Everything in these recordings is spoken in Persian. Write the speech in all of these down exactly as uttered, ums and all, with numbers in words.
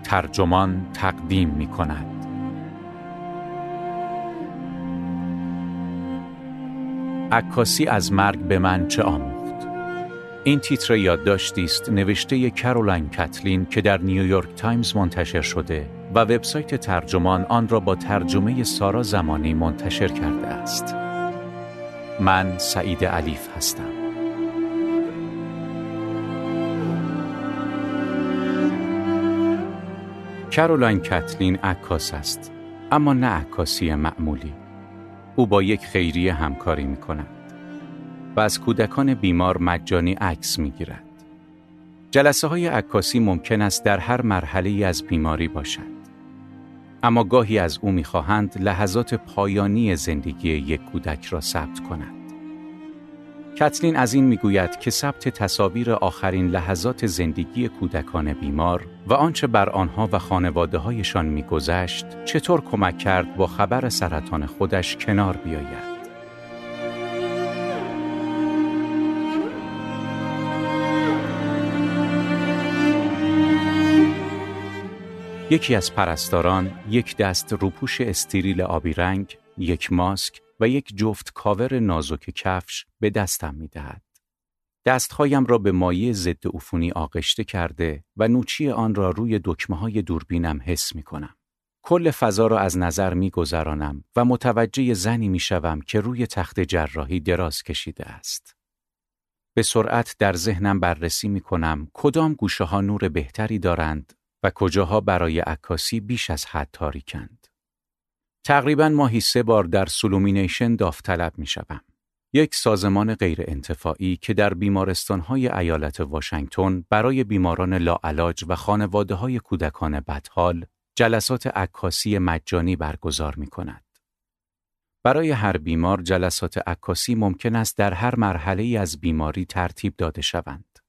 ترجمان تقدیم می کند. عکاسی از مرگ به من چه آموخت؟ این تیتر یادداشتی است نوشته کارولین کتلین که در نیویورک تایمز منتشر شده و وبسایت ترجمان آن را با ترجمه سارا زمانی منتشر کرده است. من سعید علیف هستم. کارولین کتلین عکاس است، اما نه عکاسی معمولی. او با یک خیریه همکاری می کند و از کودکان بیمار مجانی عکس می گیرد. جلسه های عکاسی ممکن است در هر مرحله‌ای از بیماری باشد، اما گاهی از او می خواهند لحظات پایانی زندگی یک کودک را ثبت کند. کتلین از این می گوید که ثبت تصاویر آخرین لحظات زندگی کودکان بیمار و آنچه بر آنها و خانواده هایشان می گذشت چطور کمک کرد با خبر سرطان خودش کنار بیاید. یکی از پرستاران یک دست روپوش استریل آبی رنگ، یک ماسک و یک جفت کاور نازک کفش به دستم می دهد. دستهایم را به مایع ضد عفونی آغشته کرده و نوچی آن را روی دکمه‌های دوربینم حس می کنم. کل فضا را از نظر می گذرانم و متوجه زنی می شوم که روی تخت جراحی دراز کشیده است. به سرعت در ذهنم بررسی می کنم کدام گوشه ها نور بهتری دارند و کجاها برای عکاسی بیش از حد تاریکند. تقریباً ماهی سه بار در سولومینیشن داوطلب می شوم. یک سازمان غیر انتفاعی که در بیمارستان‌های ایالت واشنگتن برای بیماران لاعلاج و خانواده‌های کودکان بدحال جلسات عکاسی مجانی برگزار می کند. برای هر بیمار جلسات عکاسی ممکن است در هر مرحله‌ای از بیماری ترتیب داده شوند.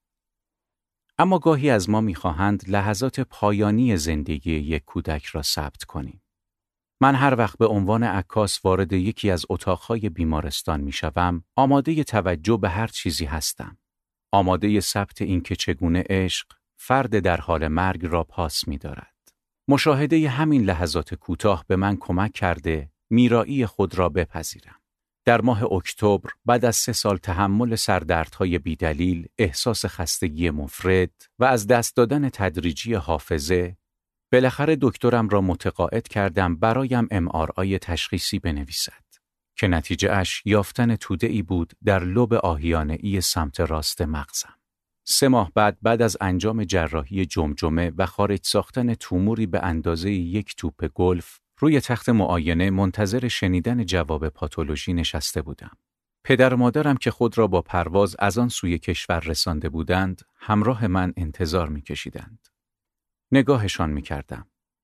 اما گاهی از ما می خواهند لحظات پایانی زندگی یک کودک را ثبت کنیم. من هر وقت به عنوان عکاس وارد یکی از اتاقهای بیمارستان می شوم، آماده توجه به هر چیزی هستم. آماده ثبت این که چگونه عشق، فرد در حال مرگ را پاس می دارد. مشاهده همین لحظات کوتاه به من کمک کرده میرایی خود را بپذیرم. در ماه اکتبر بعد از سه سال تحمل سردردهای بیدلیل، احساس خستگی مفرط و از دست دادن تدریجی حافظه، بالاخره دکترم را متقاعد کردم برایم ام آر آی تشخیصی بنویسد که نتیجه اش یافتن توده‌ای بود در لوب آهیانه‌ای سمت راست مغزم. سه ماه بعد بعد از انجام جراحی جمجمه و خارج ساختن توموری به اندازه یک توپ گلف روی تخت معاینه منتظر شنیدن جواب پاتولوژی نشسته بودم. پدر و مادرم که خود را با پرواز از آن سوی کشور رسانده بودند، همراه من انتظار می‌کشیدند. نگاهشان می‌کردم.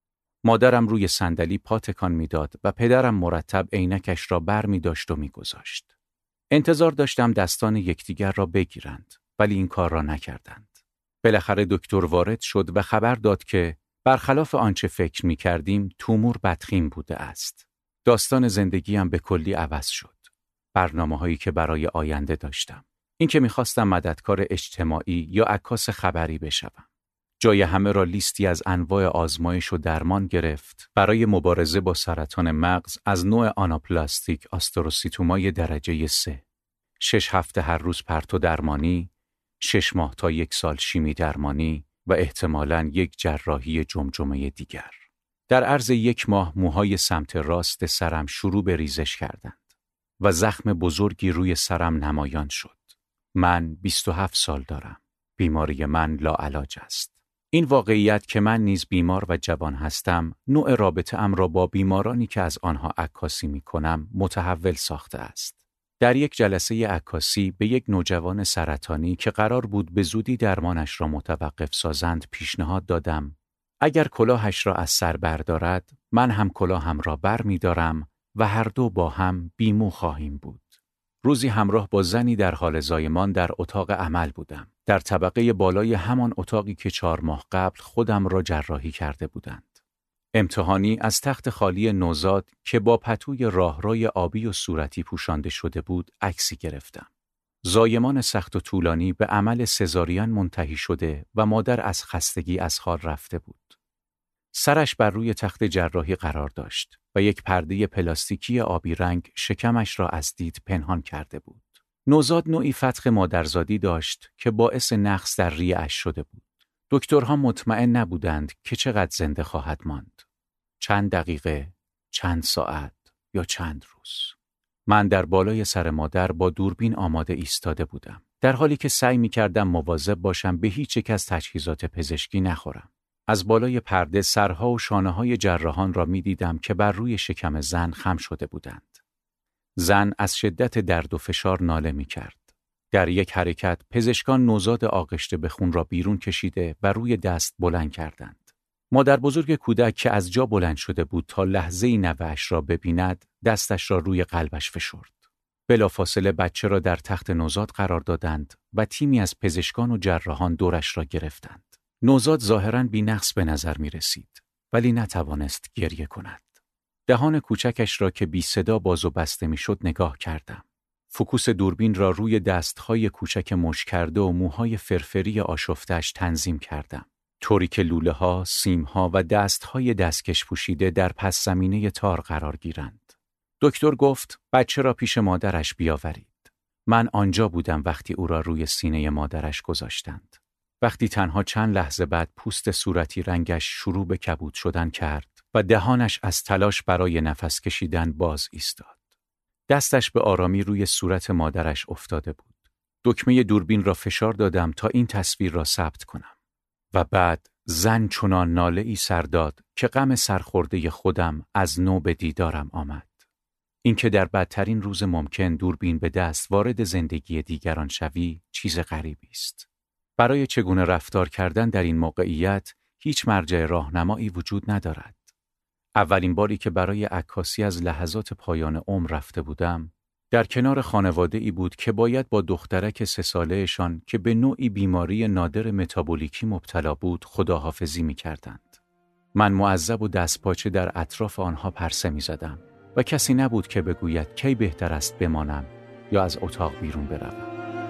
مادرم روی صندلی پا تکان می‌داد و پدرم مرتب عینکش را بر می‌داشت و می‌گذاشت. انتظار داشتم دستان یکدیگر را بگیرند، ولی این کار را نکردند. بالاخره دکتر وارد شد و خبر داد که برخلاف آنچه فکر می‌کردیم، تومور بدخیم بوده است. داستان زندگیم به کلی عوض شد. برنامه‌هایی که برای آینده داشتم. این که می‌خواستم مددکار اجتماعی یا عکاس خبری بشوم. جای همه را لیستی از انواع آزمایش و درمان گرفت برای مبارزه با سرطان مغز از نوع آناپلاستیک آستروسیتومای درجه سه. شش هفته هر روز پرتو درمانی، شش ماه تا یک سال شیمی درمانی و احتمالاً یک جراحی جمجمه دیگر. در عرض یک ماه موهای سمت راست سرم شروع به ریزش کردند و زخم بزرگی روی سرم نمایان شد. من بیست و هفت سال دارم. بیماری من لاعلاج است. این واقعیت که من نیز بیمار و جوان هستم، نوع رابطه ام را با بیمارانی که از آنها عکاسی می کنم متحول ساخته است. در یک جلسه عکاسی به یک نوجوان سرطانی که قرار بود به زودی درمانش را متوقف سازند پیشنهاد دادم اگر کلاهش را از سر بردارد، من هم کلاهم را بر می دارم و هر دو با هم بیمو خواهیم بود. روزی همراه با زنی در حال زایمان در اتاق عمل بودم. در طبقه بالای همان اتاقی که چهار ماه قبل خودم را جراحی کرده بودند. امتحانی از تخت خالی نوزاد که با پتوی راهروی آبی و صورتی پوشانده شده بود عکسی گرفتم. زایمان سخت و طولانی به عمل سزارین منتهی شده و مادر از خستگی از حال رفته بود. سرش بر روی تخت جراحی قرار داشت و یک پرده پلاستیکی آبی رنگ شکمش را از دید پنهان کرده بود. نوزاد نوعی فتق مادرزادی داشت که باعث نقص در ریه‌اش شده بود. دکترها مطمئن نبودند که چقدر زنده خواهد ماند. چند دقیقه، چند ساعت یا چند روز. من در بالای سر مادر با دوربین آماده ایستاده بودم، در حالی که سعی می‌کردم مواظب باشم به هیچ یک از تجهیزات پزشکی نخورم. از بالای پرده سرها و شانه‌های جراحان را می‌دیدم که بر روی شکم زن خم شده بودند. زن از شدت درد و فشار ناله می‌کرد. در یک حرکت پزشکان نوزاد آغشته به خون را بیرون کشیده و روی دست بلند کردند. مادر بزرگ کودک که از جا بلند شده بود تا لحظه‌ای نوه‌اش را ببیند، دستش را روی قلبش فشرد. بلافاصله بچه را در تخت نوزاد قرار دادند و تیمی از پزشکان و جراحان دورش را گرفتند. نوزاد ظاهراً بی‌نقص به نظر می رسید، ولی نتوانست گریه کند. دهان کوچکش را که بی صدا باز و بسته می شد نگاه کردم. فوکوس دوربین را روی دستهای کوچک مشت کرده و موهای فرفری آشفتش تنظیم کردم، طوری که لوله ها، سیم ها و دستهای دستکش پوشیده در پس زمینه تار قرار گیرند. دکتر گفت بچه را پیش مادرش بیاورید. من آنجا بودم وقتی او را روی سینه مادرش گذاشتند. وقتی تنها چند لحظه بعد پوست صورتی رنگش شروع به کبود شدن کرد و دهانش از تلاش برای نفس کشیدن باز ایستاد. دستش به آرامی روی صورت مادرش افتاده بود. دکمه دوربین را فشار دادم تا این تصویر را ثبت کنم. و بعد زن چنان ناله‌ای سر داد که غم سرخورده خودم از نو به دیدارم آمد. اینکه در بدترین روز ممکن دوربین به دست وارد زندگی دیگران شوی چیز غریبی است. برای چگونه رفتار کردن در این موقعیت هیچ مرجع راهنمایی وجود ندارد. اولین باری که برای عکاسی از لحظات پایان عمر رفته بودم، در کنار خانواده ای بود که باید با دخترک سه ساله‌شان که به نوعی بیماری نادر متابولیکی مبتلا بود خداحافظی می کردند. من معذب و دستپاچه در اطراف آنها پرسه می زدم و کسی نبود که بگوید کی بهتر است بمانم یا از اتاق بیرون بروم.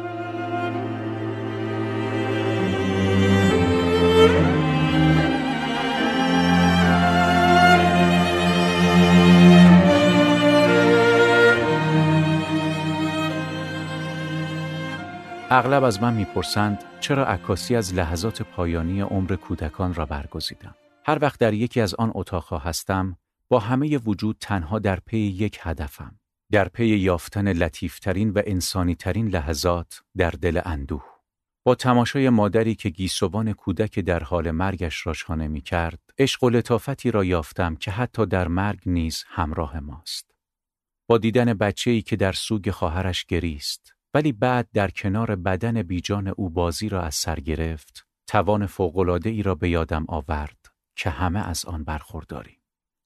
اغلب از من میپرسند چرا عکاسی از لحظات پایانی عمر کودکان را برگزیدم. هر وقت در یکی از آن اتاقها هستم، با همه وجود تنها در پی یک هدفم، در پی یافتن لطیفترین و انسانیترین لحظات در دل اندوه. با تماشای مادری که گیسوان کودک در حال مرگش را شانه می کرد، عشق و لطافتی را یافتم که حتی در مرگ نیز همراه ماست. با دیدن بچه‌ای که در سوگ خواهرش گریست، ولی بعد در کنار بدن بیجان او بازی را از سر گرفت، توان فوق‌العاده‌ای را به یادم آورد که همه از آن برخورداریم.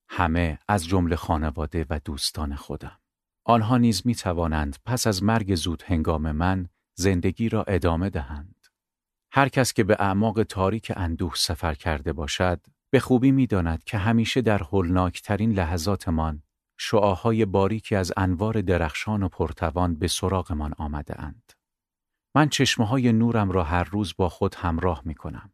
همه از جمله خانواده و دوستان خودم. آنها نیز می توانند پس از مرگ زود هنگام من زندگی را ادامه دهند. هر کس که به اعماق تاریک اندوه سفر کرده باشد، به خوبی می داند که همیشه در هولناکترین لحظاتمان شعاعهای باریکی از انوار درخشان و پرتوان به سراغمان آمده اند. من چشمه‌های نورم را هر روز با خود همراه می کنم.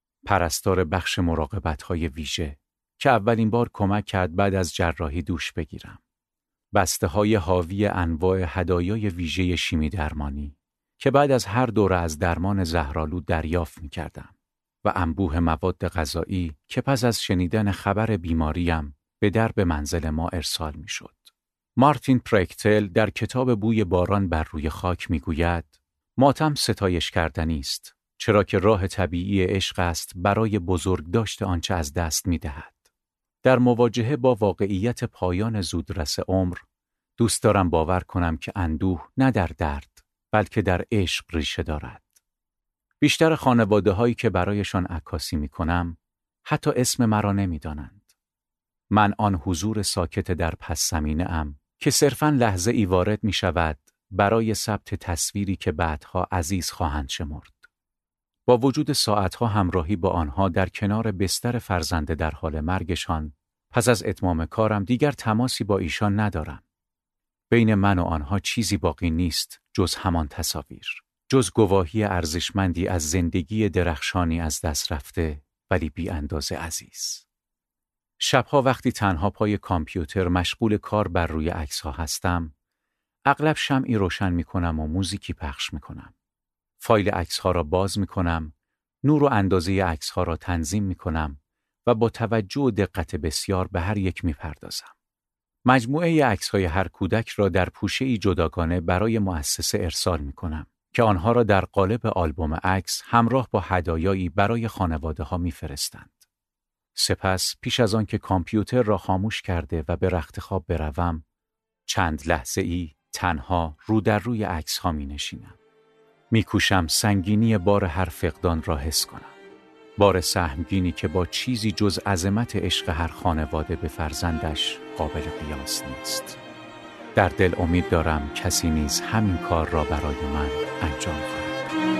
پرستار بخش مراقبت‌های ویژه که اولین بار کمک کرد بعد از جراحی دوش بگیرم. بسته‌های حاوی انواع هدایای ویژه شیمی درمانی که بعد از هر دوره از درمان زهرآلود دریافت می کردم و انبوه مواد غذایی که پس از شنیدن خبر بیماریم به درب منزل ما ارسال می شد. مارتین پرکتل در کتاب بوی باران بر روی خاک می گوید ماتم ستایش کردنی است، چرا که راه طبیعی عشق است برای بزرگداشت آنچه از دست می دهد. در مواجهه با واقعیت پایان زودرس عمر، دوست دارم باور کنم که اندوه نه در درد، بلکه در عشق ریشه دارد. بیشتر خانواده هایی که برایشان عکاسی می کنم، حتی اسم مرا نمی دانند. من آن حضور ساکت در پس زمینه ام که صرفاً لحظه ای وارد می شود برای ثبت تصویری که بعدها عزیز خواهند شمرد. با وجود ساعتها همراهی با آنها در کنار بستر فرزند در حال مرگشان، پس از اتمام کارم دیگر تماسی با ایشان ندارم. بین من و آنها چیزی باقی نیست جز همان تصاویر، جز گواهی ارزشمندی از زندگی درخشانی از دست رفته ولی بی اندازه عزیز. شبها وقتی تنها پای کامپیوتر مشغول کار بر روی عکس‌ها هستم، اغلب شمعی روشن می‌کنم و موزیکی پخش می‌کنم. فایل عکس‌ها را باز می‌کنم، نور و اندازه عکس‌ها را تنظیم می‌کنم و با توجه و دقت بسیار به هر یک می‌پردازم. مجموعه عکس‌های هر کودک را در پوشه‌ای جداگانه برای مؤسسه ارسال می‌کنم که آنها را در قالب آلبوم عکس همراه با هدایایی برای خانواده‌ها می‌فرستند. سپس پیش از آن که کامپیوتر را خاموش کرده و به رخت خواب بروم، چند لحظه ای تنها رو در روی عکس‌ها می‌نشینم. می‌کوشم سنگینی بار هر فقدان را حس کنم. بار سهمگینی که با چیزی جز عظمت عشق هر خانواده به فرزندش قابل قیاس نیست. در دل امید دارم کسی نیز همین کار را برای من انجام خواهد.